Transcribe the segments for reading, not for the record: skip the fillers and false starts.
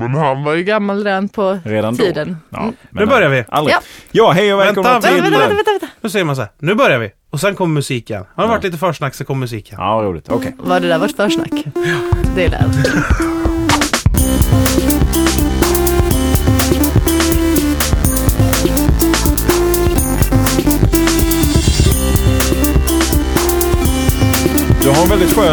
men han var ju gammal redan på tiden. Ja, nu börjar vi. Ja, hej och välkomna till... Vänta. Då säger man så här, nu börjar vi. Och sen kommer musiken. Har det varit lite försnack så kommer musiken. Ja, roligt. Okej. Var det där vårt försnack? Det är där. Du har en väldigt skön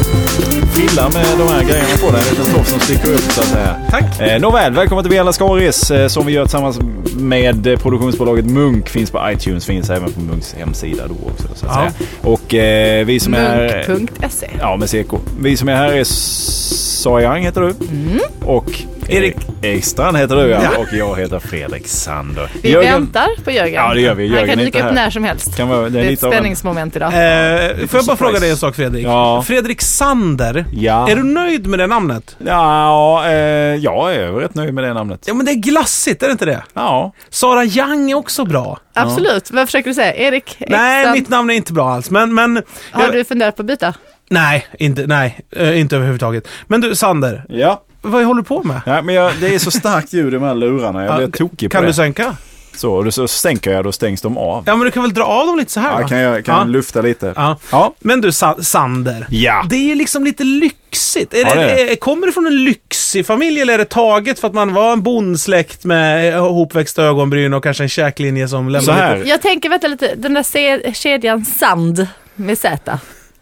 frilla med de här grejerna på dig. En liten stoff som sticker upp så att säga. Tack. Nåväl, välkommen till Vela Skaris som vi gör tillsammans med produktionsbolaget Munk. Finns på iTunes, finns även på Munks hemsida då också så att säga. Och vi som är här... Munk.se. Ja, med CK. Vi som är här är Sarjang heter du. Och Erik Ekstrand heter du, ja. Och jag heter Fredrik Sander. Vi väntar på Jörgen. Ja, det gör vi. Jörgen han kan dyka upp när som helst. Det är ett spänningsmoment idag. Får jag bara fråga dig en sak, Fredrik? Ja. Fredrik Sander, ja. Är du nöjd med det namnet? Ja, jag är rätt nöjd med det namnet. Ja, men det är glassigt, är det inte det? Ja. Sara Young är också bra. Absolut. Vad försöker du säga? Erik Ekstrand? Nej, mitt namn är inte bra alls. Men har du funderat på att byta? Nej, inte överhuvudtaget. Men du, Sander. Ja. Vad håller du på med? Ja, men det är så starkt ljud i de här lurarna. Jag blir tokig på Kan det. du sänka? Så stänker jag, då stängs de av. Ja, men du kan väl dra av dem lite så här? Ja, kan jag lufta lite. Ja. Men du, Sander. Ja. Det är liksom lite lyxigt. Kommer det från en lyxig familj eller är det taget för att man var en bondsläkt med hopväxta ögonbryn och kanske en käklinje som lämnar så här. Lite... Jag tänker, vänta lite, den där kedjan Sand med Z.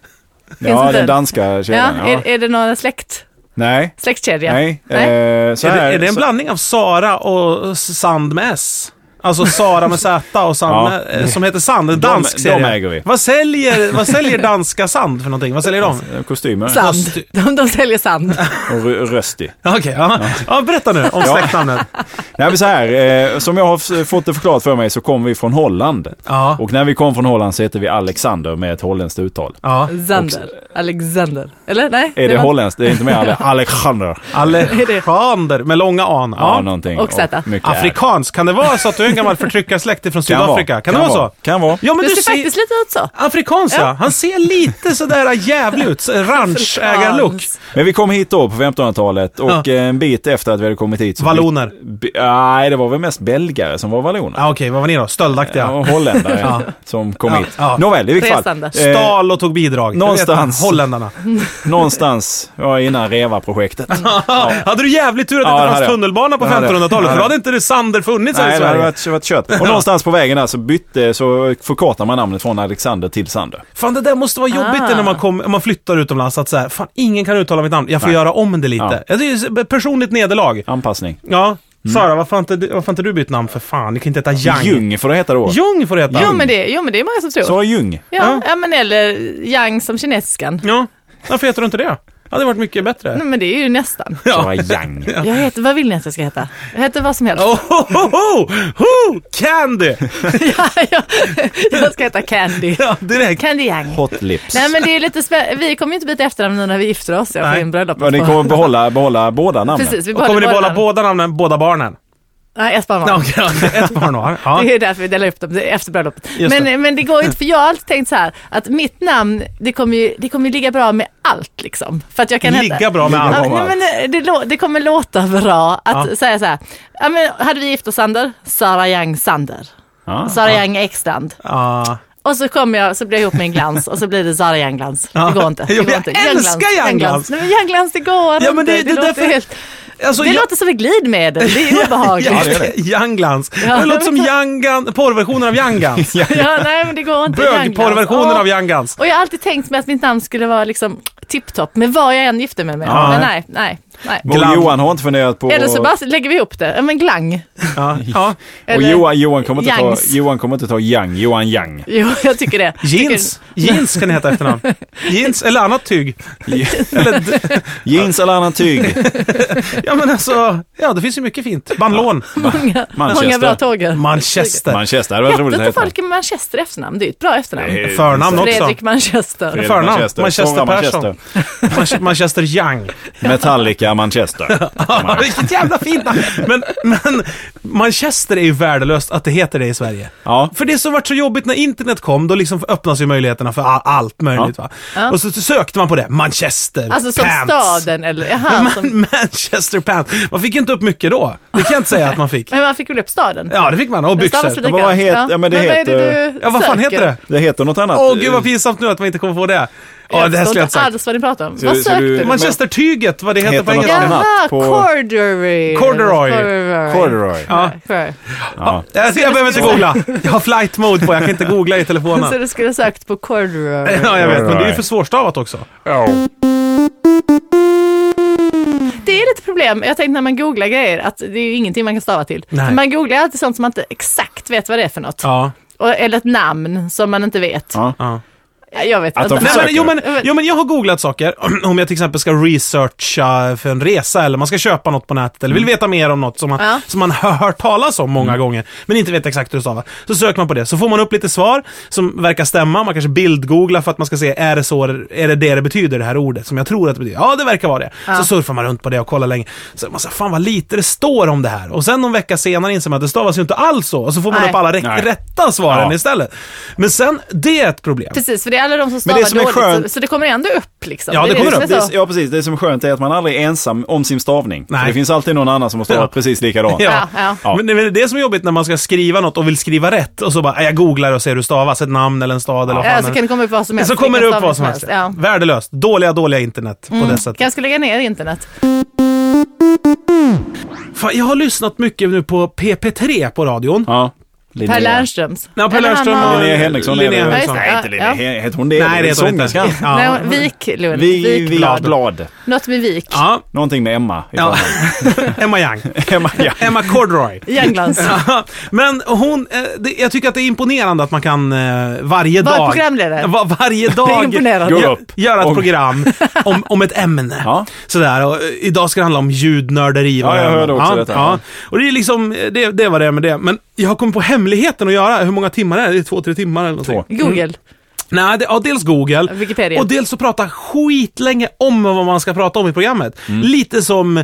Ja, den danska kedjan. Ja. Är det någon Nej. Släktkedja? Nej. Så här, är det en blandning av Sara och Sand med S? Alltså Sara med Z och Sand med, som heter Sand, en dansk serie. De äger vi. Vad säljer danska Sand för någonting? Vad säljer de? Kostymer. Sand. De säljer sand. Och röstig. Okej, ja, berätta nu om släktnamnet. Nej, men så här, som jag har fått det förklarat för mig så kommer vi från Holland. Ja. Och när vi kom från Holland så heter vi Alexander med ett holländskt uttal. Ja. Alexander. Eller nej? Är det holländskt? Det är inte med Alexander. Alexander med långa an. Ja, någonting. Och Z. Afrikansk. Kan det vara så att du är en gammal förtryckarsläkt från Sydafrika? Kan det vara så? Kan vara. Ja, men du ser faktiskt lite ut så. Afrikansk, ja. Han ser lite sådär jävligt ut. Ranchägarlook. Men vi kom hit då på 1500-talet och en bit efter att vi hade kommit hit. Valloner? Nej, det var väl mest belgare som var valloner. Okej, vad var ni då? Stöldaktiga? Ja, holländare som kom hit. Nåväl, i vilket fall. Stal och tog bidrag. Någonstans. Holländarna. Någonstans innan Reva-projektet. Hade du jävligt tur att det fanns tunnelbana på 1500-talet? För då hade inte det Sander funnits här i Sverige. Nej, det varit kört. Och någonstans på vägen där så förkortar man namnet från Alexander till Sander. Fan, det där måste vara jobbigt när man flyttar utomlands att säga, fan, ingen kan uttala mitt namn. Jag får göra om det lite. Det är personligt nederlag. Anpassning. Ja. Sara, varför inte du bytt namn för fan? Ni kan inte heta Young. Jung får det heta då. Jung får det heta. Jo, men det är många som tror. Så Jung. Ja, men eller Yang som kinesiskan. Ja, varför heter du inte det? Det hade varit mycket bättre. Nej, men det är ju nästan. Så Yang. Vad vill ni att jag ska heta? Jag heter vad som helst. Candy! Jag ska heta Candy. Ja, direkt. Candy Yang. Hot lips. Nej, men det är lite vi kommer ju inte byta efternamn nu när vi gifter oss. Jag får in bröllopet. Men ni kommer behålla båda namnen. Precis, kommer ni behålla båda namnen, båda barnen? Nej, ett barn var. Ett barn var. Ja. Det är därför vi delar upp dem efter bröllopet. Men det går inte, för jag har alltid tänkt så här att mitt namn, det kommer ligga bra med allt liksom. För att jag kan ligga bra med allt. Ja, men det kommer låta bra att säga så här. Ja, men hade vi gift oss, Sander? Sara Young Sander. Sara Young Ekstrand. Och så blir jag ihop med en glans och så blir det Sara Young glans. Det går inte. Jag älskar Young glans. Nej, men Young glans, det går inte. Men det låter helt... Alltså, det låter som ett glidmedel. Det är obehagligt. Young glans. Det låter som porrversionen av Young Guns. Nej, men det går inte. Bögporrversionen av Young Guns. Och jag har alltid tänkt mig att mitt namn skulle vara liksom tipptopp med vad jag än gifter mig med. Men nej. Och Johan har inte funderat på... Eller så bara lägger vi ihop det. Men Glang. Ja. Och Johan kommer inte ta Young. Johan Young. Jo, jag tycker det. Jeans kan heta efternamn. Jeans eller annat tyg. Jeans eller annat tyg. Ja, men alltså, det finns ju mycket fint. Bandlån. Många bra tågar. Manchester. Det var roligt. Jag folk med Manchester efternamn. Det är ett bra efternamn. Förnamn också. Fredrik Manchester. Förnamn. Manchester Persson. Manchester Young. Metallica engelska Manchester. Ja, vilket jävla fint. Men Manchester är ju värdelöst att det heter det i Sverige. Ja. För det som varit så jobbigt när internet kom, då liksom öppnas ju möjligheterna för allt möjligt, va? Ja. Och så sökte man på det. Manchester alltså som Pants. staden eller Manchester Pants. Man fick inte upp mycket då. Det kan jag inte säga att man fick. Men man fick väl upp staden? Ja, det fick man. Och byxor. Vad fan heter det? Det heter något annat. Gud vad pinsamt nu att man inte kommer få det. Ja, det här skulle jag inte alls vad ni pratar om. Vad sökte du? Manchester-tyget, vad det heter på engelska. Jaha, corduroy. Ja. Jag behöver inte googla. Jag har flight mode på, jag kan inte googla i telefonen. Så du skulle ha sökt på corduroy. Ja, jag vet, men det är ju för svårstavat också. Det är lite problem. Jag tänkte när man googlar grejer att det är ju ingenting man kan stava till. Nej. Man googlar alltid sånt som man inte exakt vet vad det är för något. Ja. Eller ett namn som man inte vet. Ja. Jag vet inte. Men jag har googlat saker om jag till exempel ska researcha för en resa eller man ska köpa något på nätet eller vill veta mer om något som man har hört talas om många gånger men inte vet exakt hur det stavar. Så söker man på det. Så får man upp lite svar som verkar stämma. Man kanske bildgooglar för att man ska se är det betyder det här ordet som jag tror att det betyder. Ja, det verkar vara det. Så surfar man runt på det och kollar länge. Så man säger, fan vad lite det står om det här. Och sen någon vecka senare inser man att det stavas ju inte alls så. Och så får man upp alla rätta svaren istället. Men sen, det är ett problem. Precis, för det är alla de som stavar dåligt, så det kommer ändå upp liksom. Ja, det kommer upp. Ja, precis. Det som är skönt är att man aldrig är ensam om sin stavning. För det finns alltid någon annan som har stavat precis likadant. Men det är det som är jobbigt när man ska skriva något och vill skriva rätt och så bara, jag googlar och ser hur det stavas, ett namn eller en stad eller vad fan. Så kan det komma upp vad som helst. Så kommer det upp vad som helst. Ja. Värdelöst. Dåliga internet på det sättet. Kanske lägga ner internet. Fan, jag har lyssnat mycket nu på PP3 på radion. Ja. Per Lernströms. Ja, Per Lernström. Linnea Henriksson. Heter hon det? Nej, det heter hon inte. Nej, Wiklund. Vikblad. Något med Vik. Ja. Någonting med Emma. Emma Young. Emma Corduroy. Younglands. Men hon, jag tycker att det är imponerande att man kan varje dag göra ett program om ett ämne. Ja. Sådär, och idag ska det handla om ljudnörderi. Ja, jag hörde också detta. Ja. Och det är liksom, det var det med det. Men jag har kommit på hemligheten att göra. Hur många timmar är det? 2-3 timmar eller någonting. Google. Nej, dels Google. Wikipedia. Och dels så prata skitlänge om vad man ska prata om i programmet. Lite som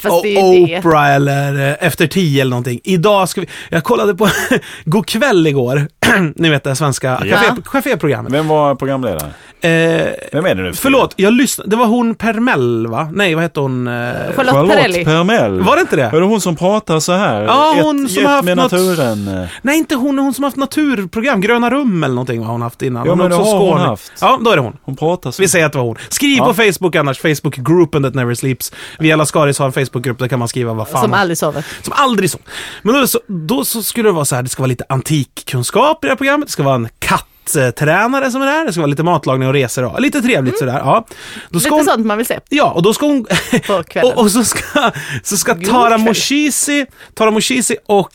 Oprah eller Efter 10 eller någonting. Idag ska jag kollade på God kväll igår. Ni vet det svenska caféprogrammet. Vem var programledare? Vem är det nu? Förlåt, jag lyssnade. Det var hon Permell, va? Nej, vad heter hon? Charlotte Permell. Var det inte det? Är det hon som pratar så här? Ja, hon som har haft med naturen. Nej, inte hon som har haft naturprogram. Gröna rum eller någonting har hon haft innan. Ja, men det har hon haft. Ja, då är det hon. Hon pratar så. Vi säger att det var hon. Skriv på Facebook annars. Facebookgruppen That Never Sleeps. Vi alla Skaris har en Facebookgrupp där kan man skriva vad fan. Som aldrig sover. Som aldrig sover. Men då så skulle det vara så här, det ska vara lite antikkunskap i det här programmet. Det ska vara en tränare som är där. Det ska vara lite matlagning och resor och lite trevligt sådär. Ja. Då ska lite sånt man vill se. Ja, och då ska hon på kvällen. och så ska Tara Moshisi och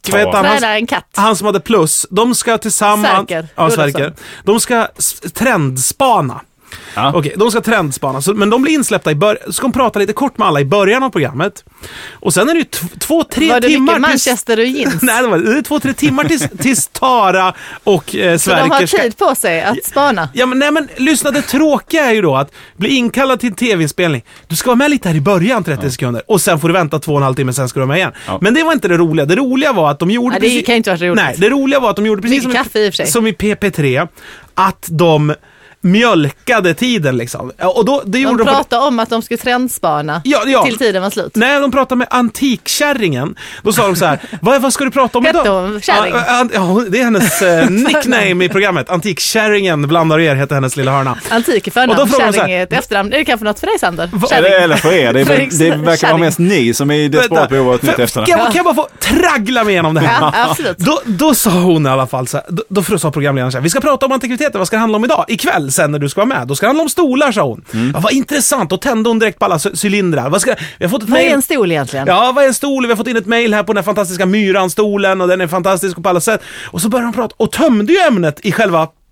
han som hade plus, de ska tillsammans Sverker. De ska trendspana. Ja. Okej, de ska trendspana. Men de blir insläppta så ska de prata lite kort med alla i början av programmet. Och sen är det ju 2-3 timmar. Var det mycket Manchester och jeans? Nej, det är 2-3 timmar tills Tara och Sverker. Så de har tid på sig att spana? Ja, men lyssna, det tråkiga är ju då att bli inkallad till en tv-inspelning. Du ska vara med lite här i början, 30 sekunder. Och sen får du vänta 2,5 timmar, sen ska du vara med igen. Ja. Men det var inte det roliga. Det roliga var att de gjorde precis... Det kan inte vara så roligt. Nej, det roliga var att de gjorde precis som i PP3. Att de mjölkade tiden liksom. Och då, de pratade om att de skulle trendspana till tiden var slut. Nej, de pratade med antikkärringen. Då sa de så här, vad ska du prata om idag? Det är hennes nickname i programmet. Antikkärringen blandar er heter hennes lilla hörna. Antik är förnamn, kärring är ett efternamn. Är det kanske något för dig, Sander? Eller för er. Det verkar vara mest ni som är i desperat behov av ett nytt efternamn. Kan jag bara få traggla mig igenom det här? Ja, absolut. Då sa hon i alla fall så här, då sa programledaren så här, vi ska prata om antikviteter, vad ska det handla om idag? Ikväll sen när du ska vara med. Då ska det handla om stolar, sa hon. Ja, vad intressant. Och tände hon direkt på alla cylindrar. Vad är en stol egentligen? Ja, vad är en stol? Vi har fått in ett mejl här på den här fantastiska myranstolen och den är fantastisk på alla sätt. Och så började de prata och tömde ju ämnet i själva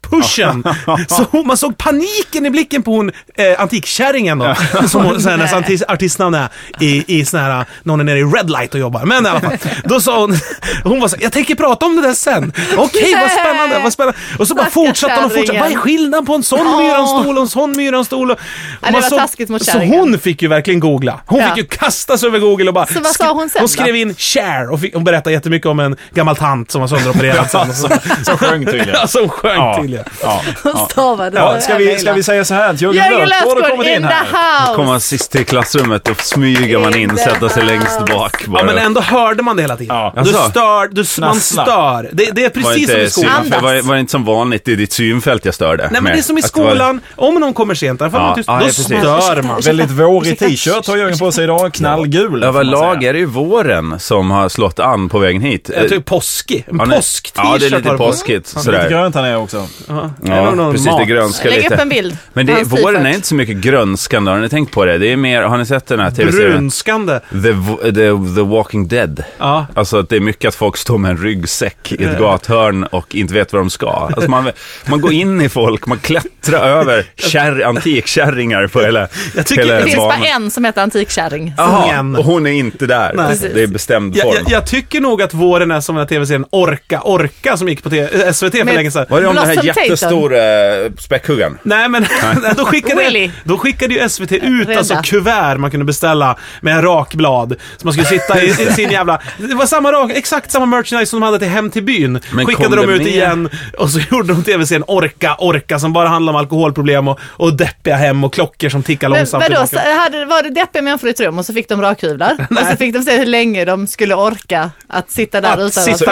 pushen. Så man såg paniken i blicken på hon antikkärringen då. Som hon, så här, artistnamn är i sån här, någon är nere i Red Light och jobbar. Men i alla fall, då sa hon var så, jag tänker prata om det där sen. Okej, vad spännande. Och så bara fortsatte hon. Vad är skillnaden på en sån myranstol och en sån myranstol? Det var taskigt mot så hon fick ju verkligen googla. Hon fick ju kastas över Google och bara... Så vad sa hon sen? Hon skrev in share och hon berättade jättemycket om en gammal tant som var sönderopererad. Som sjöng tydligen. Ja, som sjöng tydligen. Ska vi säga så här att Jörgen Löfgård har kommit in här. Komma sist till klassrummet och smyga man in, sätta sig längst bak bara. Ja, men ändå hörde man det hela tiden. Ja. Man stör. Det är precis som i skolan. Var det inte som vanligt i ditt synfält jag störde? Nej, men det är som i skolan. Om någon kommer sent, då stör man. Väldigt vårig t-shirt har Jörgen på sig idag. Knallgul. Överlag är det ju våren som har slått an på vägen hit. Jag tycker påskig. En påsk-t-shirt. Ja, det är lite påskigt. Lite grönt han är också. Ja, precis. Det grönska lite. Lägg upp en bild. Men våren är inte så mycket grönskande. Har ni tänkt på det? Det är mer, har ni sett den här tv-serien? Brunskande. The Walking Dead. Ja. Alltså att det är mycket att folk står med en ryggsäck i ett gathörn och inte vet vad de ska. Alltså man går in i folk, man klättrar över antikkärringar på hela det finns bara en som heter antikkärring. Och hon är inte där. Det är bestämd form. Jag tycker nog att våren är som den här tv-serien Orka som gick på SVT för länge sedan. Var det om den här jättestora späckhuggan? Nej, men då skickade ju SVT ut alltså kuvert man kunde beställa med en rakblad. Så man skulle sitta i sin jävla... Det var exakt samma merchandise som de hade till Hem till byn. Men skickade de ut igen och så gjorde de tv-serien Orka som bara handlar om alkoholproblem och deppiga hem och klockor som tickar långsamt. Men var det deppiga människor i ett rum och så fick de rakhyvlar? Och så fick de se hur länge de skulle orka att sitta där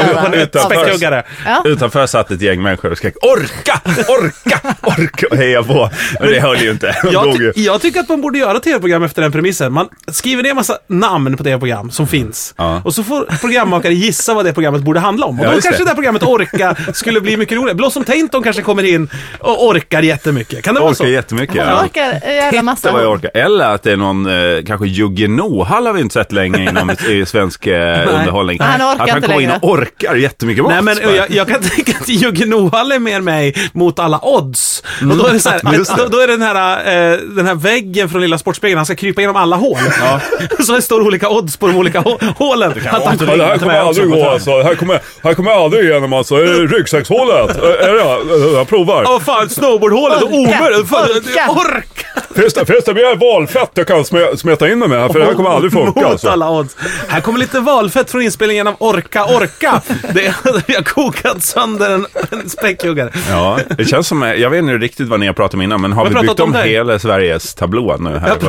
utanför satt ett gäng människor och skrek orka och heja på. Men det höll ju inte. Jag tycker att man borde göra tv-program efter den premissen. Man skriver ner en massa namn på tv-program som finns. Och så får programmakare gissa vad det programmet borde handla om. Och då kanske det här programmet Orka skulle bli mycket roligare. Blossom Tainton kanske kommer in och orkar jättemycket. Kan det vara så? Orkar jättemycket, ja. Orkar jävla massa. Eller att det är någon kanske Jugge Nohall har vi inte sett länge inom svensk underhållning. Han kommer in och orkar jättemycket mat. Nej, men jag kan tänka att Jugge Nohall är mer mig mot alla odds. Och då är det så här, då är det den här väggen från Lilla Sportspegeln, han ska krypa igenom alla hål. Ja. Så det står olika odds på de olika hålen. Det här kommer aldrig gå alltså. Här kommer aldrig igenom alltså ryggsäckshålet. Jag provar. Fan, snowboardhålet och orka. Finns det mer valfett jag kan smeta in med här, för det här kommer aldrig funka alltså. Alla odds. Här kommer lite valfett från inspelningen av Orka. Vi har kokat sönder en späckhuggare. Ja, det känns som, jag vet inte riktigt vad ni har pratat om innan, men har vi byggt om hela Sveriges tablå nu här?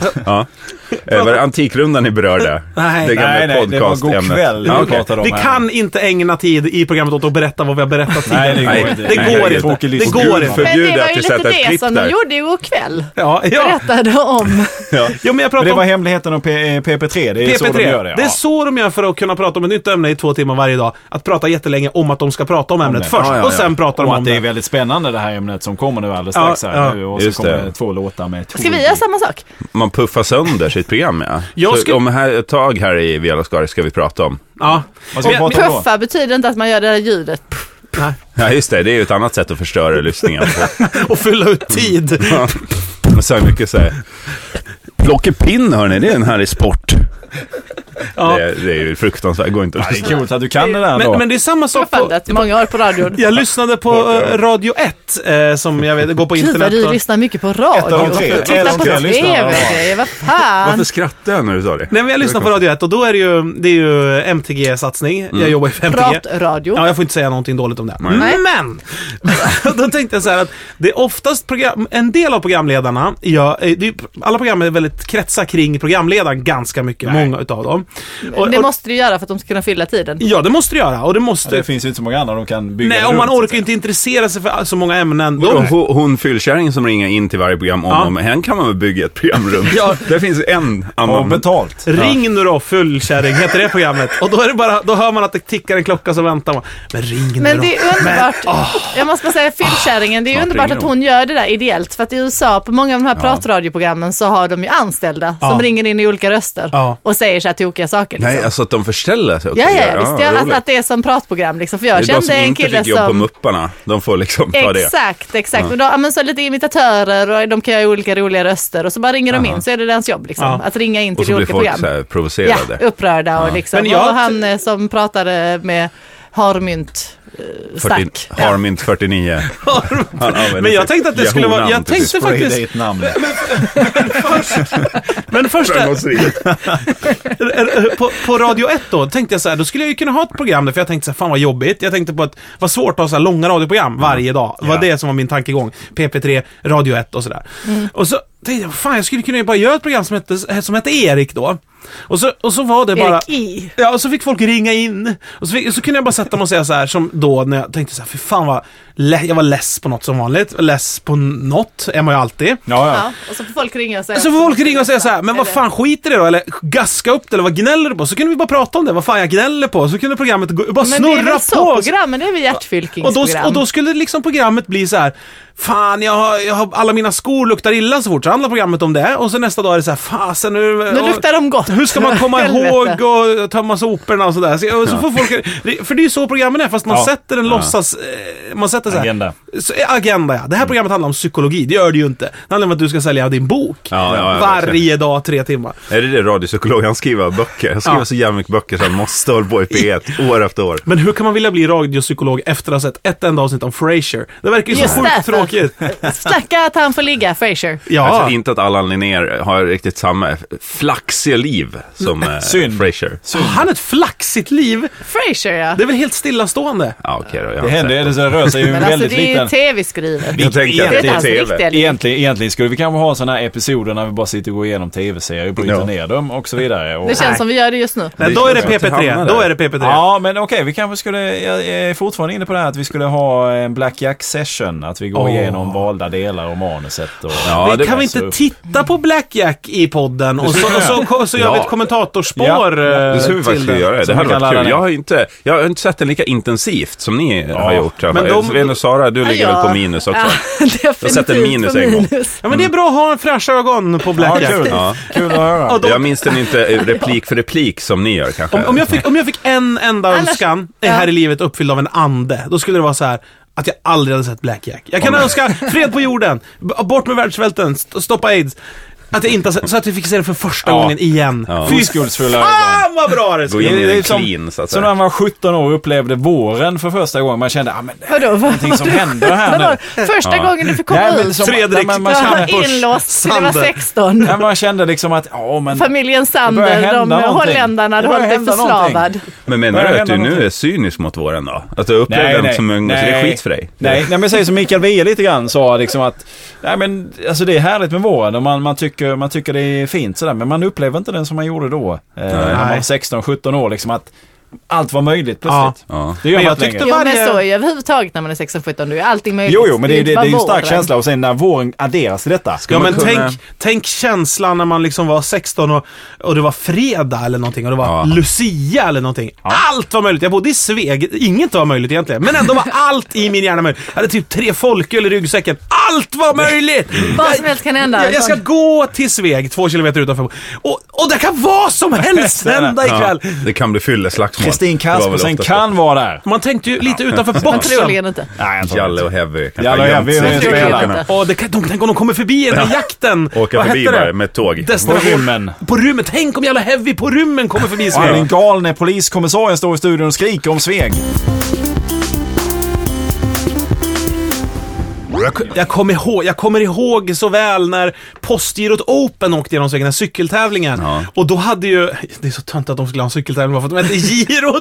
Var det Antikrundan ni berörde? Nej, det var god kväll. Vi kan inte ägna tid i programmet åt att berätta vad vi har berättat tidigare. Det går inte. Det går inte. Men det var ju lite det som de gjorde igår kväll. Berättade om. Men det var hemligheten om PP3. Det är så de gör det. Det är så de gör för att kunna prata om ett nytt ämne i 2 timmar varje dag. Att prata jättelänge om att de ska prata om ämnet först. Och sen pratar de om det. Det är väldigt spännande det här ämnet som kommer nu alldeles strax här nu. Och så kommer det 2 låtar med 2. Ska vi göra samma sak? Man puffar sönder sitt program, om ett tag här i Vela Skari ska vi prata om. Ja. Puffa betyder inte att man gör det här ljudet. Ja, just det. Det är ju ett annat sätt att förstöra lyssningen på. Och fylla ut tid. Och så mycket så här. Plockepinn, hörni, det är en härlig sport. Ja. Det är ju fruktansvärt, går inte att lyssna. Det är kul att du kan det där då. Men det är samma sak på många år på radion. Jag lyssnade på Radio 1 som jag vet går på internet. Du lyssnar mycket på radio. Titta på TV. Vad fan? Varför skrattar jag när du sa det? Nej, men jag lyssnar på Radio 1 och då är det ju MTG-satsning. Jag jobbar i 5G. Radio. Ja, jag får inte säga någonting dåligt om det. Nej. Men då tänkte jag så här att det är oftast en del av programledarna, alla program är väldigt kretsar kring programledaren ganska mycket, många utav dem. Det måste du göra för att de ska kunna fylla tiden. Ja, det måste du göra. Och det finns ju inte så många andra de kan bygga. Nej, om man orkar inte intressera sig för så många ämnen. Hon fyllkärringen som ringer in till varje program om hen kan man väl bygga ett program runt. Det finns en annan. Betalt. Ring nu då, fullkärring heter det programmet. Och då är det bara, då hör man att det tickar en klocka så väntar man. Men ring nu. Men det är underbart. Jag måste bara säga fyllkärringen, det är underbart att hon gör det där ideellt. För att i USA, på många av de här pratradioprogrammen så har de ju anställda som ringer in i olika röster och säger så här till tokiga saker. Liksom. Nej, alltså att de förställer sig också. Visst, att det är som pratprogram. Liksom. För jag det är kände de som en inte kille fick jobb på Mupparna. De får liksom ta det. Exakt. Men så lite imitatörer och de kan göra olika roliga röster och så bara ringer de in så är det deras jobb. Liksom. Att ringa in till olika program. Och så blir folk provocerade. Ja, upprörda och liksom. Men och han som pratade med Harmynt stack. Harmynt 49. Men jag tänkte att det skulle vara... Jag tänkte faktiskt... Ett namn. Men först... på Radio 1 då tänkte jag så här, då skulle jag ju kunna ha ett program där, för jag tänkte så här, fan vad jobbigt. Jag tänkte på att vad svårt att ha så här långa radioprogram varje dag. Det var det som var min tankegång. PP3, Radio 1 och sådär. Och så tänkte jag, fan jag skulle kunna bara göra ett program som hette Erik då. Och så var det bara... Ja, och så fick folk ringa in. Och så kunde jag bara sätta mig och säga så här, som då när jag tänkte så här, för fan vad... Jag var less på något som vanligt. Less på något är man ju alltid. Ja. Och så får folk ringa och säga... så här, men vad fan, skiter det då? Eller gaska upp det, eller vad gnäller du på? Så kunde vi bara prata om det, vad fan jag gnäller på. Så kunde programmet bara snurra på. Men det är väl så programmen, det är väl hjärtfylkingsprogram. Och då skulle liksom programmet bli så här... Fan, jag har alla mina skor luktar illa så fort. Så handlar programmet om det. Och så nästa dag är det så här, fasen nu luktar de gott. Hur ska man komma ihåg och tömma soporna och sådär. Så får folk... För det är ju så programmen är, fast man sätter en låtsas... Man sätter så här... Agenda. Agenda, ja. Det här programmet handlar om psykologi. Det gör det ju inte. Det handlar om att du ska sälja din bok. Varje dag, 3 timmar. Är det radiopsykolog? Han skriver böcker. Han skriver så jävla mycket böcker så han måste hålla på i P1 år efter år. Men hur kan man vilja bli radiopsykolog efter att ha sett ett enda avsnitt om Frasier? Det verkar ju så sjukt tråkigt. Snacka att han får ligga, Frasier. Ja. Jag tror inte att Allan Linnér har riktigt samma flaxiga liv som Frasier. Han har ett flaxigt liv. Frasier, ja. Det är väl helt stillastående. Ja, okej då. Det händer, det rör sig ju väldigt liten. Det är tv-skrivet. Jag tänkte att det är tv. Egentligen skulle vi kanske ha såna här episoder när vi bara sitter och går igenom tv-serier och bryter ner dem och så vidare. Och... Det känns som vi gör det just nu. Nej, då är det PP3. Då är det PP3. Ja, men okej, vi kanske skulle... Jag är fortfarande inne på det här att vi skulle ha en Black Jack session. Att vi går igenom valda delar och manuset. Och... Ja, kan vi inte titta på Black Jack i podden och så gör vi ett kommentatorspår. Det skulle vi faktiskt göra. Det hade varit kul. Jag har inte sett den lika intensivt som ni har gjort. Men Sven och Sara, du ligger väl på minus också. Jag har sett en minus en gång. Ja, men det är bra att ha en fräscha ögon på Black Jack. Kul att höra. Jag minns den inte replik för replik som ni gör kanske. Om jag fick en enda önskan här i livet uppfylld av en ande, då skulle det vara så här att jag aldrig hade sett Black Jack. Jag kan önska fred på jorden, bort med världssvälten, stoppa AIDS. Att jag inte så att vi fick se det för första gången igen. Oskuldsfulla ögon. Vad bra det skulle. Det är clean, så att säga. Så när man var 17 år och upplevde våren för första gången, man kände någonting som händer här nu. Första gången du fick komma ut. Fredrik, man var inlåst till det var 16. Man kände liksom att familjen Sander, de holländarna hade hållit det förslavad. Men menar du att du nu är cynisk mot våren då? Att du upplever den som ung och så det är skit för dig? Nej, men säg som Mikael Wiehe lite grann sa liksom att alltså det är härligt med våren och man tycker det är fint sådär, men man upplever inte den som man gjorde då när man var 16-17 år liksom, att allt var möjligt plötsligt. Ja. Det gör man inte längre. Men så är överhuvudtaget när man är 16-17, då är allting möjligt. Jo, men det är ju en stark känsla och sen när våren adderas till detta. Tänk känslan när man liksom var 16 och det var fredag eller någonting och det var Lucia eller någonting. Allt var möjligt. Jag bodde i Sveg. Inget var möjligt egentligen. Men ändå var allt i min hjärna möjligt. Jag hade typ 3 folköl i ryggsäcken. Allt var möjligt! Vad som helst kan hända. Jag ska gå till Sveg 2 kilometer utanför. Och det kan vad som helst hända ikväll. Det kan bli fylleslagsmål. Kristin Kaspersen kan vara där. Man tänkte ju lite utanför boxen. Troligen inte. Jalle och Heavy. Jalle och Heavy tänk om de kommer förbi den här jakten. Åka förbi bara med tåg. På rummen. Tänk om Jalle och Heavy på rummen kommer förbi Sveg. Den galne poliskommissarien står i studion och skriker om Sveg. Jag kommer ihåg så väl när Postgirot Open åkte genom Sveg, den här cykeltävlingen. Och då hade ju... Det är så tönt att de skulle ha en cykeltävling för att de hette Girot.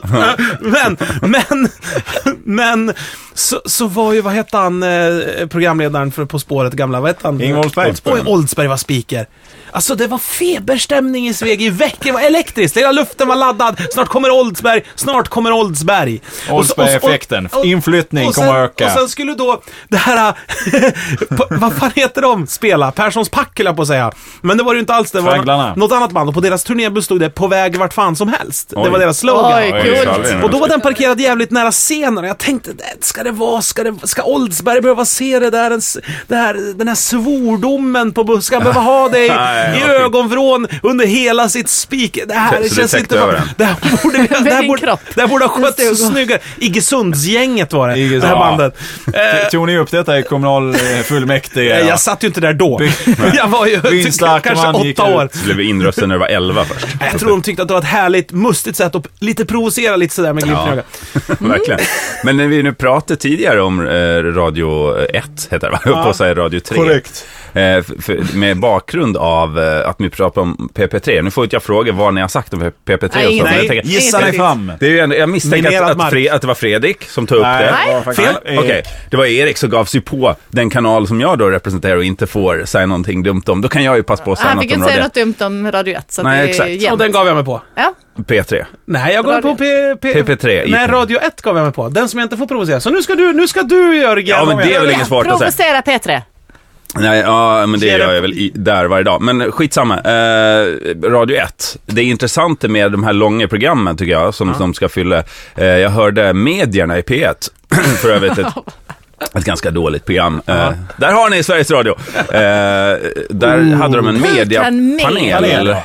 men så var ju, vad hette han, programledaren för På spåret, gamla, vad hette han? Ingvar Oldsberg var speaker. Alltså det var feberstämning i Sveg i veckan, det var elektriskt, hela luften var laddad. Snart kommer Oldsberg. Oldsberg-effekten, inflyttning kommer att öka. Och sen skulle då det här, vad fan heter de? Spela, Perssons pack på att säga. Men det var ju inte alls det, var något annat band. Och på deras turné bestod det På väg vart fan som helst. Det var deras slogan. Och då var den parkerad jävligt nära scenen. jag tänkte, ska Oldsberg behöva se det där, den här svordomen på bussen, ska behöva ha det i ögonvrån under hela sitt spik. Det här känns inte bra. Det här borde ha skötts snyggare. Iggesundsgänget var det, det här bandet. Tog ni upp detta i kommunalfullmäktige? Jag satt ju inte där då. Jag var ju kanske 8 år. Så blev vi inröstade när det var 11 först. Jag tror de tyckte att det var ett härligt, mustigt sätt att lite provocera lite sådär med glimten i ögat. Verkligen. Men när vi nu pratade tidigare om Radio 1, heter det va? Jag på att säga Radio 3. Korrekt. Med bakgrund av att vi pratar om PP3. Nu får inte jag fråga vad ni har sagt om PP3. Nej, gissa dig fram. Det är ju jag misstänker att det var Fredrik som tog upp det. Fel. Okej. Det var Erik som gav sig på den kanal som jag då representerar och inte får säga någonting dumt om. Då kan jag ju passa på att säga något om Radio 1. Han fick inte säga något dumt om Radio 1. Så nej, exakt. Och den gav jag mig på. Ja. P3. Nej, jag går på PP3. Nej, Radio 1 gav jag mig på. Den som jag inte får provocera. Så nu ska du Jörgen. Ja, men det är väl inget svårt att säga. Provocera P3. Nej, men det gör jag väl där varje dag. Men skitsamma. Radio 1. Det är intressant med de här långa programmen tycker jag som de ska fylla. Jag hörde Medierna i P1. För övrigt ett ganska dåligt program. Där har ni Sveriges Radio. Där hade de en mediapanel.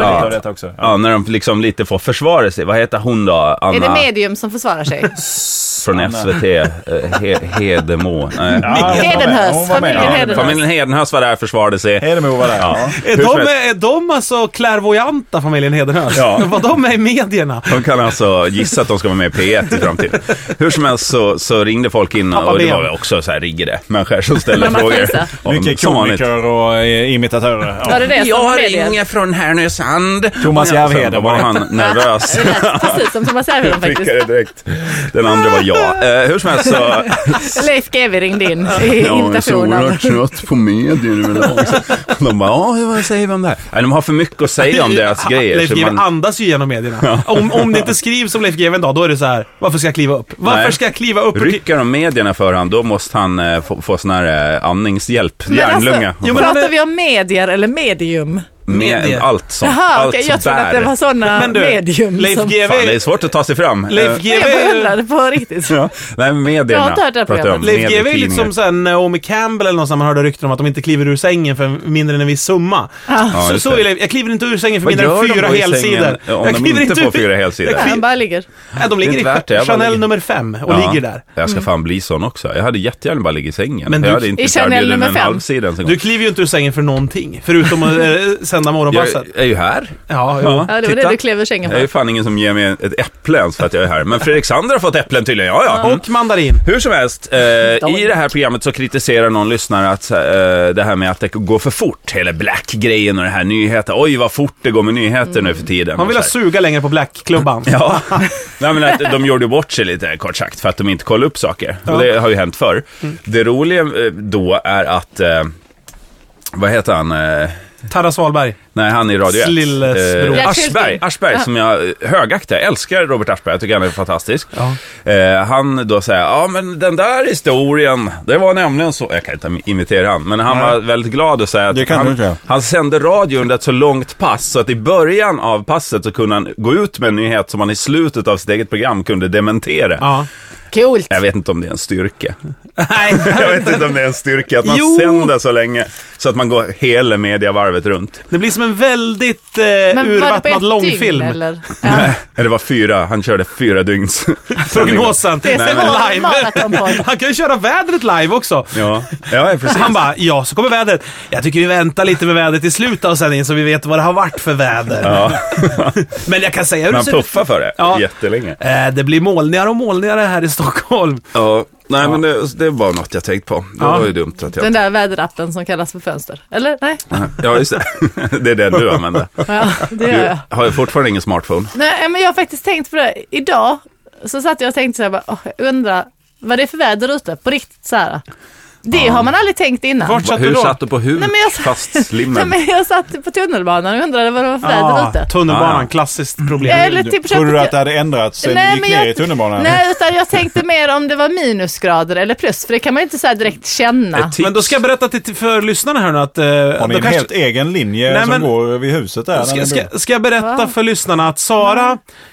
Ja, när de liksom lite får försvara sig. Vad heter hon då? Anna? Är det Medium som försvarar sig? Från SVT. Hedemo. Hedenhös. Familjen Hedenhös var där, försvarade sig. Hedemo var där. Ja. Är de alltså klärvoajanta, familjen Hedenhös? Ja. Vad de är i medierna? De kan alltså gissa att de ska vara med i P1 i framtiden. Hur som helst så ringde folk in och det var också så här riggade människor som ställer frågor. Mycket komiker och imitatörer. Ja. Jag ringer från Härnösand. Thomas Järvheden var han nervös. Precis som Thomas Järvheden faktiskt. Direkt. Den andra var jag. Hur som helst så... Leif GW ringde in i imitationen. Jag är så trött på medier. De bara, vad säger vi om det här? Nej, de har för mycket att säga om deras grejer. Leif GW andas ju genom medierna. Ja. Om det inte skrivs som Leif GW en dag, då är det så här, varför ska jag kliva upp? Ska jag kliva upp? Rycker de medierna för han, då måste han få sån här andningshjälp. Hjärnlunga. Alltså, pratar vi om medier eller medium? Med allt sånt. Jaha, okej, jag trodde att det var sådana medium Leif som... GW... Fan, det är svårt att ta sig fram. Leif GW... Jag undrade på riktigt. Ja. Nej, medierna. Jag har inte hört det programmet. Leif GW är lite som såhär Naomi Campbell eller någonstans man hörde rykten om att de inte kliver ur sängen för mindre än en viss summa. Så är Leif, jag kliver inte ur sängen för mindre än 4 helsidor. Om de inte får 4 helsidor. Han bara ligger. Nej, de ligger i Chanel nummer 5 och ligger där. Jag ska fan bli sån också. Jag hade jättegärna bara ligga i sängen. Men jag hade inte i Chanel nummer 5. Du kliver ju inte ur sängen för någonting. Förutom att sända morgonpasset. Jag är ju här. Ja, det var det du klev ur sängen på. Det är fan ingen som ger mig ett äpple ens för att jag är här. Men Fredrik Sander har fått äpplen tydligen. Ja. Och mandarin. Hur som helst, i det här programmet så kritiserar någon lyssnare att det här med att det går för fort. Hela Black-grejen och det här nyheter. Oj, vad fort det går med nyheter nu för tiden. Man vill ha suga längre på Black-klubban. Ja, nej, men att de gjorde bort sig lite kort sagt för att de inte kollade upp saker. Och det har ju hänt förr. Det roliga då är att vad heter han? Taras Wahlberg. Nej, han är Radio 1. Aschberg som jag högaktar. Jag älskar Robert Aschberg. Jag tycker han är fantastisk. Ja. Han då säger, men den där historien, det var nämligen så. Jag kan inte imitera han, men han var väldigt glad att säga att han sände radio under ett så långt pass så att i början av passet så kunde han gå ut med en nyhet som han i slutet av sitt eget program kunde dementera. Ja. Coolt. Jag vet inte om det är en styrka. Nej, jag vet inte om det är en styrka att man sänder så länge så att man går hela mediavarvet runt. Det blir som en väldigt urvattnad långfilm. Eller? Ja. Nej, det var 4. Han körde 4 dygns prognosen. Det är live. Han kan ju köra vädret live också. Ja, precis. Han bara, så kommer vädret. Jag tycker vi väntar lite med vädret i slutet av sändningen så vi vet vad det har varit för väder. Ja. Men jag kan säga hur man puffar för det jättelänge. Det blir molnigare och molnigare här i Stockholm. Ja. Nej, men det var något jag tänkt på. Det var ju dumt att jag... Den där väderappen som kallas för fönster. Eller? Nej? Ja, just det. Det är den du använder. Ja, det gör jag. Du har ju fortfarande ingen smartphone. Nej, men jag har faktiskt tänkt på det. Idag så satt jag och tänkte så här, jag undrar vad det är för väder ute. På riktigt så här. Det har man aldrig tänkt innan. Hur satt du på huvudet? Fastslimmad? Jag satt på tunnelbanan och undrade vad det var för väder ute. Tunnelbanan, klassiskt problem. Eller typ tror du att det hade ändrats sen du gick ner i tunnelbanan? Nej, utan jag tänkte mer om det var minusgrader eller plus. För det kan man ju inte så här direkt känna. Men då ska jag berätta för lyssnarna här nu att... har ni en helt egen linje som går vid huset där? Ska jag berätta för lyssnarna att Sara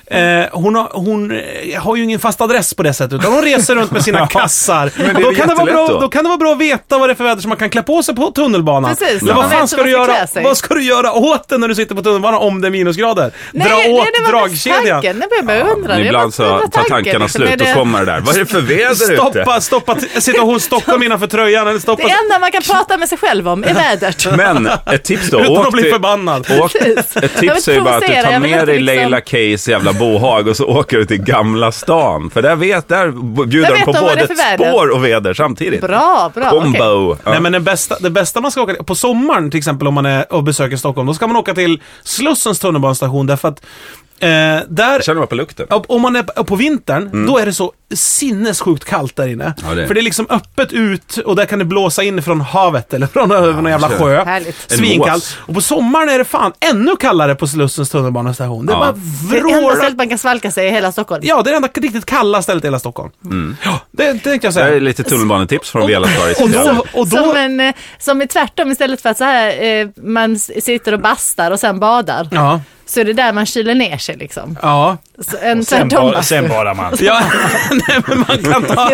hon har ju ingen fast adress på det sättet, utan hon reser runt med sina kassar. Men då kan det vara bra att veta vad det är för väder som man kan klä på sig på tunnelbanan. Precis. Men vad fan ska du göra? Vad ska du göra åt det när du sitter på tunnelbanan om det är minusgrader? Dra åt dragkedjan. Ibland så tar tankarna slut och kommer det där. Vad är det för väder ute? Stoppa situation Stockholm innanför tröjan. Eller stoppa. Det enda man kan prata med sig själv om är vädret. Men ett tips då. Utan att bli förbannad. Ett tips är ju bara att du tar med dig Leila Keys jävla bohag och så åker du till Gamla stan. För där bjuder de på både spår och väder samtidigt. Bra. Combo. Okay. Ja. Nej, men det bästa man ska åka på sommaren, till exempel om man är och besöker Stockholm, då ska man åka till Slussens tunnelbanestation, därför att där känner man på lukten. Om man är på vintern, då är det så sinnessjukt kallt där inne. Ja, för det är liksom öppet ut och där kan det blåsa in från havet eller från över någon jävla sjö. Härligt. Svinkallt. Och på sommaren är det fan ännu kallare på Slussens tunnelbanestation. Det är bara vrålar. Det enda stället man kan svalka sig i hela Stockholm. Ja, det är det enda riktigt kalla stället i hela Stockholm. Ja, det tänkte jag säga. Det är lite tunnelbanetips från Velastar. Som är tvärtom, istället för att så här, man sitter och bastar och sen badar. Ja. Så är det där man kyler ner sig liksom. Ja. Sen badar man. Ja, nej, men man kan ta...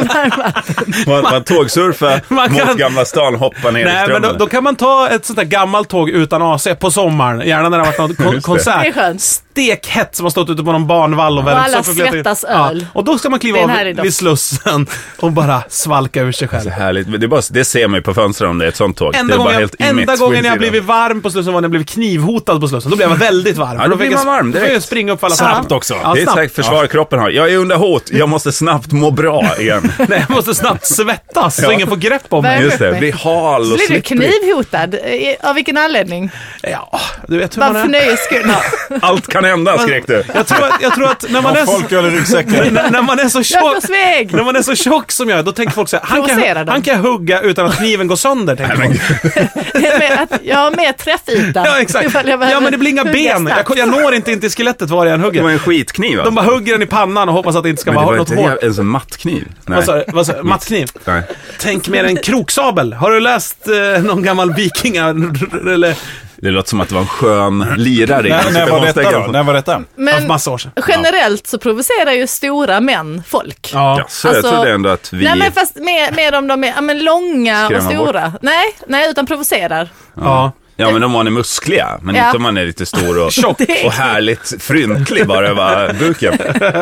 man tågsurfar mot Gamla stan, hoppa ner i strömmen. Men då kan man ta ett sånt där gammalt tåg utan AC på sommaren. Gärna när det har varit någon konsert. Det är skönt. Stekhett som har stått ute på någon banvall. Och alla svettas öl. Ja. Och då ska man kliva av vid Slussen och bara svalka ur sig själv. Så härligt. Det ser man ju på fönstret om det är ett sånt tåg. Enda gången jag blivit varm på Slussen var när jag blev knivhotad på Slussen. Då blev jag väldigt varm. Ja, då blir man varm. Då får jag springa upp alla snabbt också. Ja, det är säkert försvar kroppen har. Jag är under hot. Jag måste snabbt må bra igen. Nej, jag måste snabbt svettas så ingen får grepp om mig. Just det. Bli hal och blir du knivhotad? Av vilken anledning? Ja, du vet hur man är. För nöjes skull. Allt kan hända, skrek du. Jag tror att när man är folk gör ryggsäckar. när man är så tjock, när man är så tjock som jag, då tänker folk så här, han kan hugga utan att kniven går sönder, tänker folk. Det är med att jag har mer träffyta. Ja, exakt. Ja, men det blir inga ben. Jag når inte in till skelettet var jag än hugger. Det var en skitkniv. De bara hugger den i pannan och hoppas att det inte ska vara något hårt. En sån mattkniv. Vad sa mattkniv? Nej. Tänk mer en kroksabel. Har du läst någon gammal vikinga eller... Det låter som att det var en skön lirare. När var detta? Men massa år sedan. Generellt så provocerar ju stora män folk. Ja, så jag trodde ändå att vi... Nej, men fast mer om de är långa och stora. Bort. Nej, utan provocerar. Ja. Ja, men om man är muskliga, men inte om man är lite stor och härligt fryntlig bara över buken.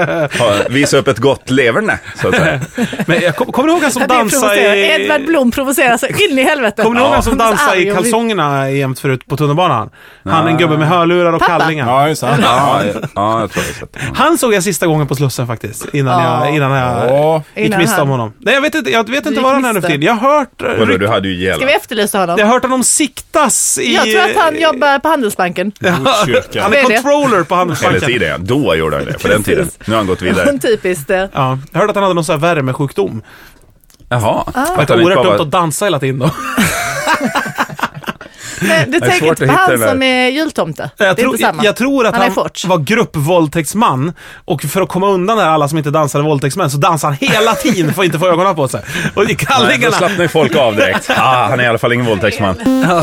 Visa upp ett gott leverne, så att säga. Men jag kommer ihåg han som dansade i... Edvard Blom provocerar så in i helvete. Kommer ni ihåg han som dansade i kalsongerna jämt förut på tunnelbanan? Han en gubbe med hörlurar och kallingar. Ja, just det. Ja, jag tror det. Han såg jag sista gången på Slussen faktiskt, innan jag gick miste om honom. Nej, jag vet inte vad han är nu för tid. Jag har hört... Du hade ju Ska vi efterlysa honom? Jag har hört honom siktas i... Jag tror att han jobbar på Handelsbanken. Ja, han är controller på Handelsbanken. Hela tiden, då gjorde han det, på den tiden. Nu har han gått vidare. Typiskt. Ja, jag hörde att han hade någon sån här värmesjukdom. Jaha. Det är oerhört dumt att dansa hela tiden då. Men du tänker inte på han som är jultomte. Jag tror att han var gruppvåldtäktsman, och för att komma undan där alla som inte dansade våldtäktsmän så dansar han hela tiden för att inte få ögonen på sig. Och i kallingarna... Då slappnar folk av direkt. Han är i alla fall ingen våldtäktsman.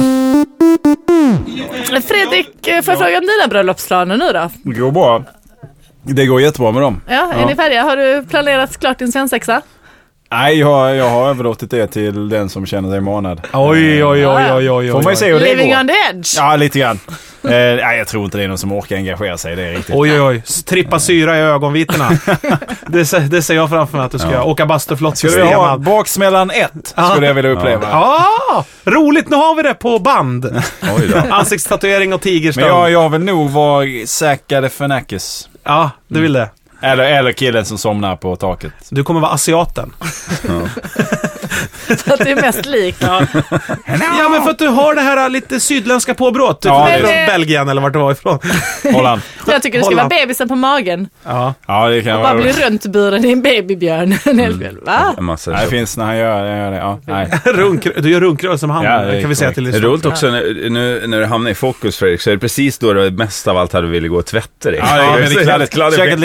Fredrik, får jag fråga om dina bröllopsplaner nu då? Det går bra. Det går jättebra med dem. Ja, är ni färdiga? Har du planerat klart din svensexa? Nej, jag har överlåtit det till den som känner sig månad. Oj. Får man se hur det går. Living on the edge. Ja, lite grann. Nej, jag tror inte det är någon som orkar engagera sig, det är riktigt. Oj. Trippa syra i ögonvitorna. det ser jag framför mig att du ska åka bastuflott. Ska vi ha baksmällan 1? Skulle jag vilja uppleva. Ja, roligt, nu har vi det på band. Oj då. Ansiktstatuering och tigerstöld. Men jag vill nog vara Säkade Fenakis. Ja, du vill det. Eller killen som somnar på taket. Du kommer vara asiaten. Så att det är mest likt. Ja, men för att du har det här lite sydländska påbrott. Från Belgien eller vart du var ifrån. Holland. Jag tycker det ska vara bebisen på magen. Ja, det kan och vara. Bara bli runtburen i en babybjörn. Va? Det finns när han gör det. Ja, nej. Du gör runkrörelse med handen, kan vi säga till det. Det är roligt också när det hamnar i fokus, Fredrik, så är det precis då det mest av allt hade ville gå och tvätta dig. Ja, det är väldigt kladdigt. Så sitter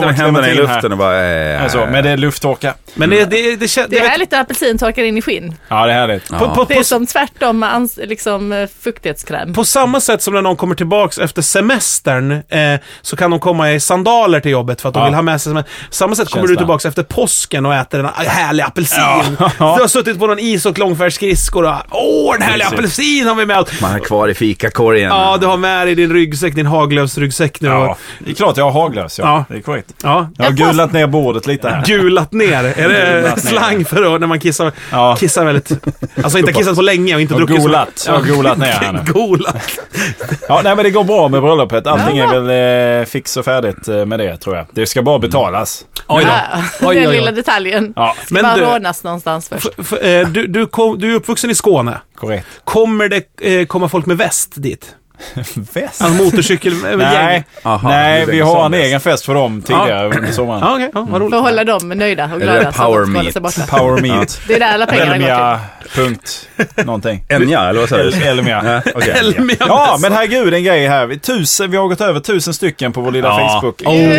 sitter med händerna i luften och bara... Alltså, men det är lufttorka. Men det är härligt att apelsin torkar in i skinn. Ja, det är härligt. Det är som tvärtom med liksom fuktighetskräm. På samma sätt som när någon kommer tillbaks efter semestern så kan de komma i sandaler till jobbet för att de vill ha med sig. Samma sätt kommer du tillbaks efter påsken och äter en härlig apelsin. Du har suttit på någon is och långfärdsskridskor och den härliga apelsin har vi med. Man är kvar i fikakorgen. Ja, du har med dig din ryggsäck, din Haglöfsryggsäck nu. Ja, det är klart jag har Haglöfs, det är korrekt. Ja. Jag har gulat ner bordet lite här. Gulat ner? Är det slang för när man kissar väldigt... Alltså inte kissat på länge och inte druckit golat. Jag har golat ner här nu. Golat. Ja, nej men det går bra med bröllopet. Allting är väl fix och färdigt med det, tror jag. Det ska bara betalas. Oj då. Den lilla detaljen. Ja. Ska bara rånas någonstans först. Du är uppvuxen i Skåne. Korrekt. Kommer det komma folk med väst dit? Väst? En motorcykel med nej, nej vi har en egen fest för dem tidigare under sommaren. Okay. Vad roligt. För att hålla dem nöjda och glada. Power meet. Power meet. Det är där alla pengarna går till. Punkt. Någonting. Enja, eller vad sa du? Elmia. Ja, men herregud, en grej här. Vi har gått över 1000 stycken på vår lilla Facebook.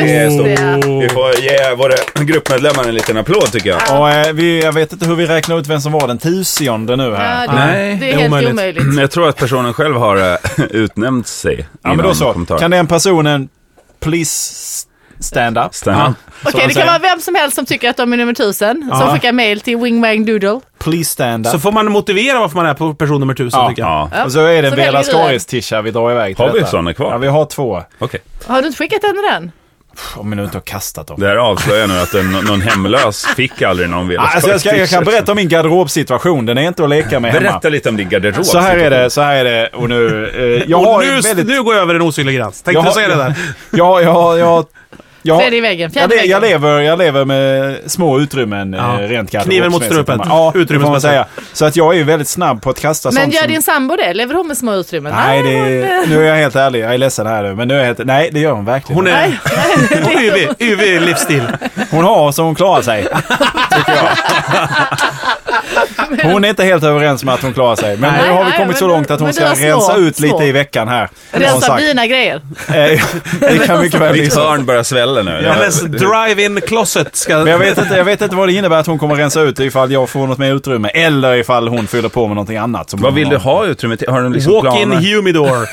Vi får ge våra gruppmedlemmar en liten applåd, tycker jag. Och jag vet inte hur vi räknar ut vem som var den 1000:e nu här. Nej, det är helt omöjligt. Jag tror att personen själv har utnämnt sig. Ja, men då så. Kan den personen please stand up? Okej, det kan vara vem som helst som tycker att de är nummer 1000 som skickar mail till wingwangdoodle. Please stand up. Så får man motivera varför man är på person nummer 1000 tycker jag. Och så är det en Vela Skaris-tisha vi drar iväg till. Har vi sådana kvar? Ja, vi har 2. Okay. Har du inte skickat den? Om vi nu inte har kastat dem. Det här avslöjar nu att någon hemlös fick aldrig någon Vela Skaris. Jag kan berätta om min garderobsituation. Den är inte att leka med hemma. Berätta lite om din garderob. Så här är det. Och nu... nu går jag över en osynlig gräns. Tänkte du säga det där? Fred i väggen. Jag lever med små utrymmen rent garderob. Kniven mot strupen. Utrymmen man säga. Så att jag är ju väldigt snabb på att kasta sånt. Men gör din sambo det? Lever hon med små utrymmen? Nej, nu är jag helt ärlig. Jag är ledsen här nu. Men nu är jag nej, det gör hon verkligen. Hon är UV livsstil. Hon har så hon klarar sig. Tycker jag. Hon är inte helt överens med att hon klarar sig. Men nu har vi kommit så långt att hon ska rensa ut lite i veckan här. Rensa dina grejer. Det kan mycket väl bli så. Ditt hörn börjar svälla nu. Hennes drive-in closet ska... Men jag vet inte vad det innebär att hon kommer rensa ut ifall jag får något mer utrymme. Eller ifall hon fyller på med någonting annat. Som vad vill du ha utrymme till? Har du liksom walk-in humidor.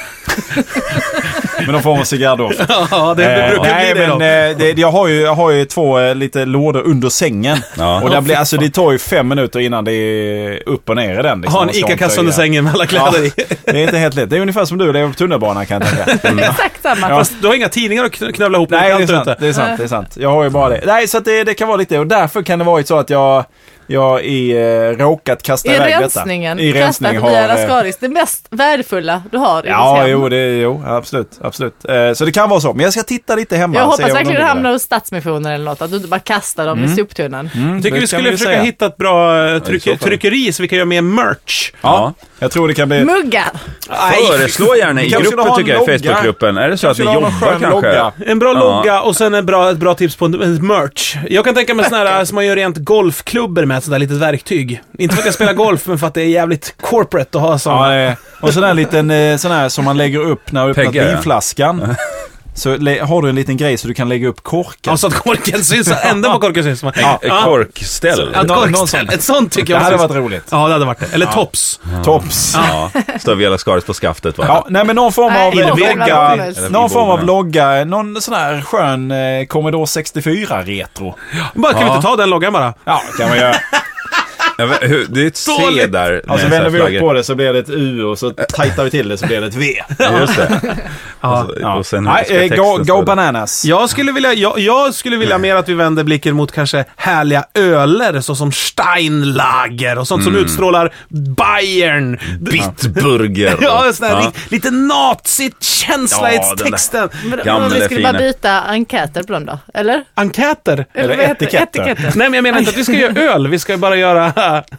Men de får man cigarrdoft. Ja, det brukar bli det. Jag har ju 2 lite lådor under sängen. Ja. Och det tar ju 5 minuter innan det är upp och ner i den. Liksom, ha en Ica-kassa under sängen med alla kläder i. Det är inte helt lätt. Det är ungefär som du lever på tunnelbanan, kan jag tänka. Exakt samma. Fast du har inga tidningar att knövla ihop. Nej, det är sant. Jag har ju bara det. Nej, så att det kan vara lite. Och därför kan det vara så att jag råkat kasta iväg detta. I rensningen har Vela Skaris det mest värdefulla du har i hem. Absolut. Så det kan vara så. Men jag ska titta lite hemma. Jag hoppas verkligen du hamnar hos Stadsmissionen eller något. Att du inte bara kastar dem i soptunnan. Tycker vi skulle försöka hitta ett bra tryckeri så vi kan göra mer merch. Ja. Jag tror det kan bli... Muggar! Föreslå gärna i gruppen, tycker jag, i Facebookgruppen. Är det så att ni jobbar kanske? En bra logga och sen ett bra tips på en merch. Jag kan tänka mig sån här som man gör rent golfklubbor med, sådär litet verktyg. Inte för att jag spelar golf, men för att det är jävligt corporate att ha sån. Ja, och sån här liten sån här som man lägger upp när du öppnar vinflaskan. Så har du en liten grej så du kan lägga upp korken. Så att korken syns, ända på korken syns. Korkställ. Ett sånt tycker jag. Det hade varit roligt. Ja, det hade varit det. Eller tops. Tops. Ja. Står Vela Skaris på skaftet, va? Ja, nej men någon form av logga, någon sån här skön Commodore 64 retro. Bara kan vi inte ta den loggan bara? Ja, kan man göra. Det är ett C där. Och så vänder vi upp på det så blir det ett U och så tajtar vi till det så blir det ett V. Just det. Och sen go bananas. Jag skulle vilja mer att vi vänder blicken mot kanske härliga öler såsom Steinlager och sånt som utstrålar Bayern. Bitburger. Ja, sån här lite nazigt känsla i texten. Vi skulle bara byta enkäter på dem då, eller? Enkäter? Eller etiketter. Nej, men jag menar inte att vi ska göra öl. Vi ska bara göra...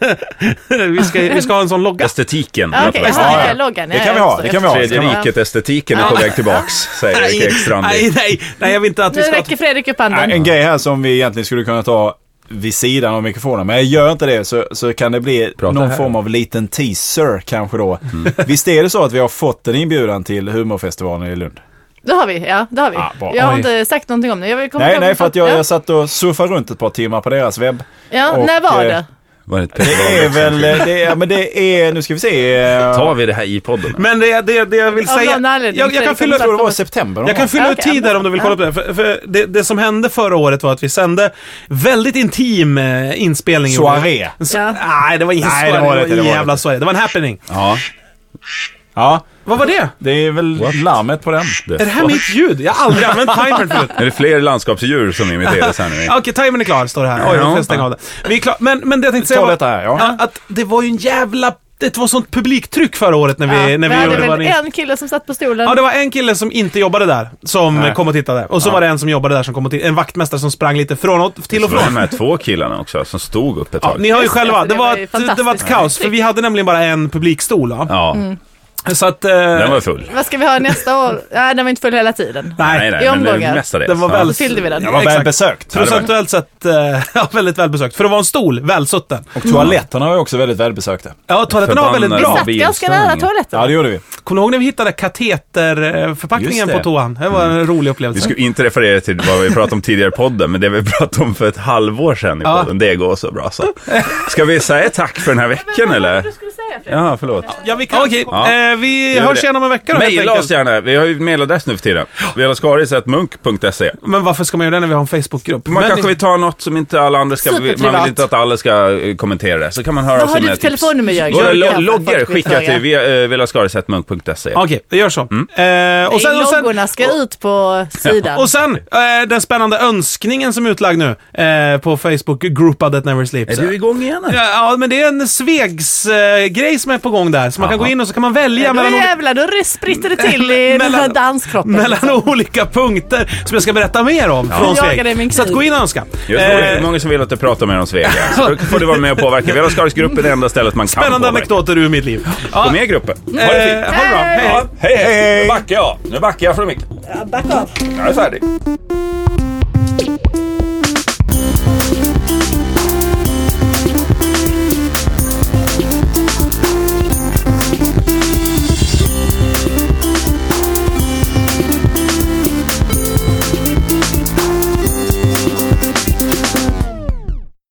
vi ska ha en sån logga. Estetiken. Loggan. Det kan vi ha. Tredje riket, estetiken är på väg tillbaks, säger Erik Ekstrand. Nej, jag vill inte att vi ska... Nu räcker Fredrik upp handen. En grej här som vi egentligen skulle kunna ta vid sidan av mikrofonen, men jag gör inte det, så kan det bli någon form av liten teaser kanske då. Visst är det så att vi har fått en inbjudan till humorfestivalen i Lund? Det har vi. Jag har inte sagt någonting om det. Nej, för att jag satt och surfade runt ett par timmar på deras webb. Ja, och, när var det? Det är väl, men det är, nu ska vi se. Tar vi det här i podden? Men det jag vill säga, jag kan fylla ut, det var september. Jag kan fylla ut tider om du vill kolla på det. För det som hände förra året var att vi sände väldigt intim inspelning. Soaré. Nej, det var ingen jävla soaré. Det var en happening. Ja. Vad var det? Det är väl larmet på den. Är det här mitt ljud? Jag har aldrig använt timern förut. Är det fler landskapsdjur som imiteras här nu? Okej, timern är klar, står det här. Oj, jag får stänga av det. Vi är klar. Men det jag tänkte säga var att det var ju en jävla... Det var sånt publiktryck förra året när vi gjorde det. En kille som satt på stolen. Ja, det var en kille som inte jobbade där som kom och tittade. Och så var det en som jobbade där som kom och tittade. En vaktmästare som sprang lite till och från. Så var det 2 killarna också som stod upp ett tag. Ni har ju själva. Det var ett kaos. För vi hade nämligen bara en publikstol. Ja. Så att, den var full. Vad ska vi ha nästa år? Nej, den var inte full hela tiden. Nej, i omgångar. Den var väl, fyllde vi den. Den var välbesökt. Procentuellt sett, väldigt välbesökt. För att vara en stol, välsutten. Och toaletterna var också väldigt välbesökta. Ja, toaletterna var väldigt bra. Vi satt ganska nära toaletten. Ja, det gjorde vi. Kommer du ihåg när vi hittade kateterförpackningen på toan? Det var en rolig upplevelse. Vi skulle inte referera till vad vi pratade om tidigare i podden, men det vi pratade om för ett halvår sedan i podden, det går så bra så. Ska vi säga tack för den här veckan eller? Ja, förlåt. Ja, vi kan. Okej, vi hörs igen om en vecka då. Mejla oss gärna. Vi har ju mailadress nu för tiden. velaskaris@munk.se. Men varför ska man göra det när vi har en Facebookgrupp? Man kanske vill ta något som inte alla andra ska... Man vill inte att alla ska kommentera det. Så kan man höra oss med tips. Telefonnummer, våra loggar skicka till velaskaris@munk.se. Okej, vi gör så. Och sen loggorna ska ut på sidan. Och sen den spännande önskningen som är utlagd nu på Facebook, Group That Never Sleeps. Är du igång igen? Ja, men det är en Svegs-grej som är på gång där. Så man kan gå in och så kan man välja mellan... Jävlar, då spritter det till i den här danskroppen. Mellan olika punkter som jag ska berätta mer om från Sveg. Så att gå in och önska. Det är många som vill att du pratar mer om Sveg. Så då får du vara med och påverka. Velaskaris-gruppen är det enda stället man kan spännande anekdoter ur mitt liv. Gå med i gruppen. Ha det fint. Ha det bra. Hej. Hej. Nu backar jag från micken. Back av. Jag är färdig.